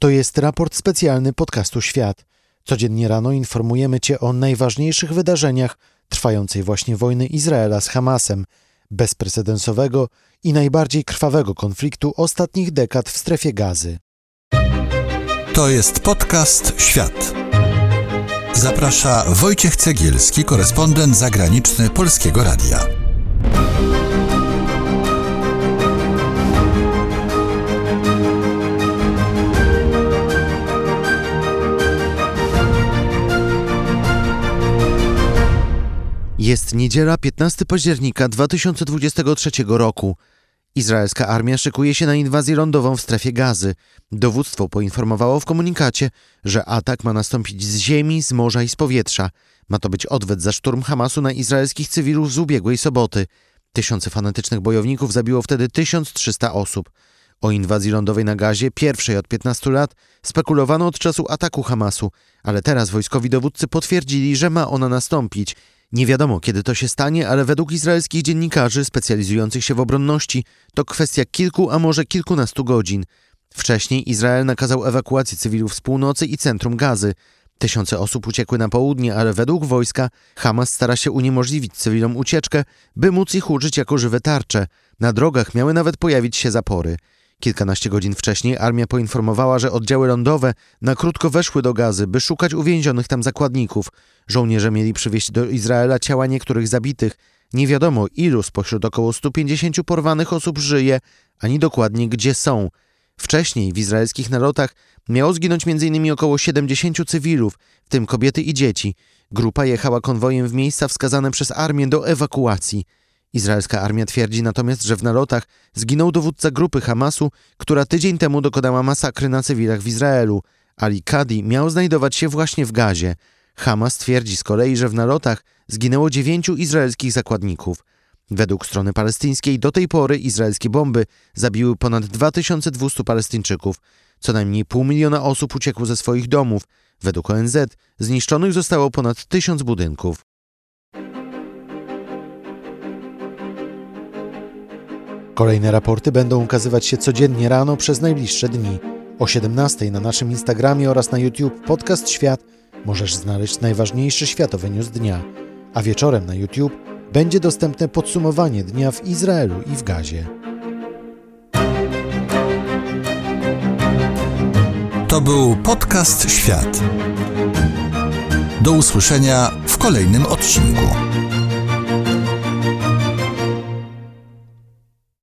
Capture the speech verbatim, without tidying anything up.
To jest raport specjalny podcastu Świat. Codziennie rano informujemy Cię o najważniejszych wydarzeniach trwającej właśnie wojny Izraela z Hamasem, bezprecedensowego i najbardziej krwawego konfliktu ostatnich dekad w strefie Gazy. To jest podcast Świat. Zaprasza Wojciech Cegielski, korespondent zagraniczny Polskiego Radia. Jest niedziela, piętnastego października dwa tysiące dwudziestego trzeciego roku. Izraelska armia szykuje się na inwazję lądową w strefie Gazy. Dowództwo poinformowało w komunikacie, że atak ma nastąpić z ziemi, z morza i z powietrza. Ma to być odwet za szturm Hamasu na izraelskich cywilów z ubiegłej soboty. Tysiące fanatycznych bojowników zabiło wtedy tysiąc trzysta osób. O inwazji lądowej na Gazie, pierwszej od piętnastu lat, spekulowano od czasu ataku Hamasu, ale teraz wojskowi dowódcy potwierdzili, że ma ona nastąpić. Nie wiadomo, kiedy to się stanie, ale według izraelskich dziennikarzy specjalizujących się w obronności to kwestia kilku, a może kilkunastu godzin. Wcześniej Izrael nakazał ewakuację cywilów z północy i centrum Gazy. Tysiące osób uciekły na południe, ale według wojska Hamas stara się uniemożliwić cywilom ucieczkę, by móc ich użyć jako żywe tarcze. Na drogach miały nawet pojawić się zapory. Kilkanaście godzin wcześniej armia poinformowała, że oddziały lądowe na krótko weszły do Gazy, by szukać uwięzionych tam zakładników. Żołnierze mieli przywieźć do Izraela ciała niektórych zabitych. Nie wiadomo, ilu spośród około stu pięćdziesięciu porwanych osób żyje, ani dokładnie gdzie są. Wcześniej w izraelskich nalotach miało zginąć między innymi około siedemdziesięciu cywilów, w tym kobiety i dzieci. Grupa jechała konwojem w miejsca wskazane przez armię do ewakuacji. Izraelska armia twierdzi natomiast, że w nalotach zginął dowódca grupy Hamasu, która tydzień temu dokonała masakry na cywilach w Izraelu. Ali Kadi miał znajdować się właśnie w Gazie. Hamas twierdzi z kolei, że w nalotach zginęło dziewięciu izraelskich zakładników. Według strony palestyńskiej do tej pory izraelskie bomby zabiły ponad dwa tysiące dwieście Palestyńczyków. Co najmniej pół miliona osób uciekło ze swoich domów. Według O N Z zniszczonych zostało ponad tysiąc budynków. Kolejne raporty będą ukazywać się codziennie rano przez najbliższe dni. O siedemnastej na naszym Instagramie oraz na YouTube Podcast Świat możesz znaleźć najważniejsze światowe news dnia, a wieczorem na YouTube będzie dostępne podsumowanie dnia w Izraelu i w Gazie. To był podcast Świat. Do usłyszenia w kolejnym odcinku.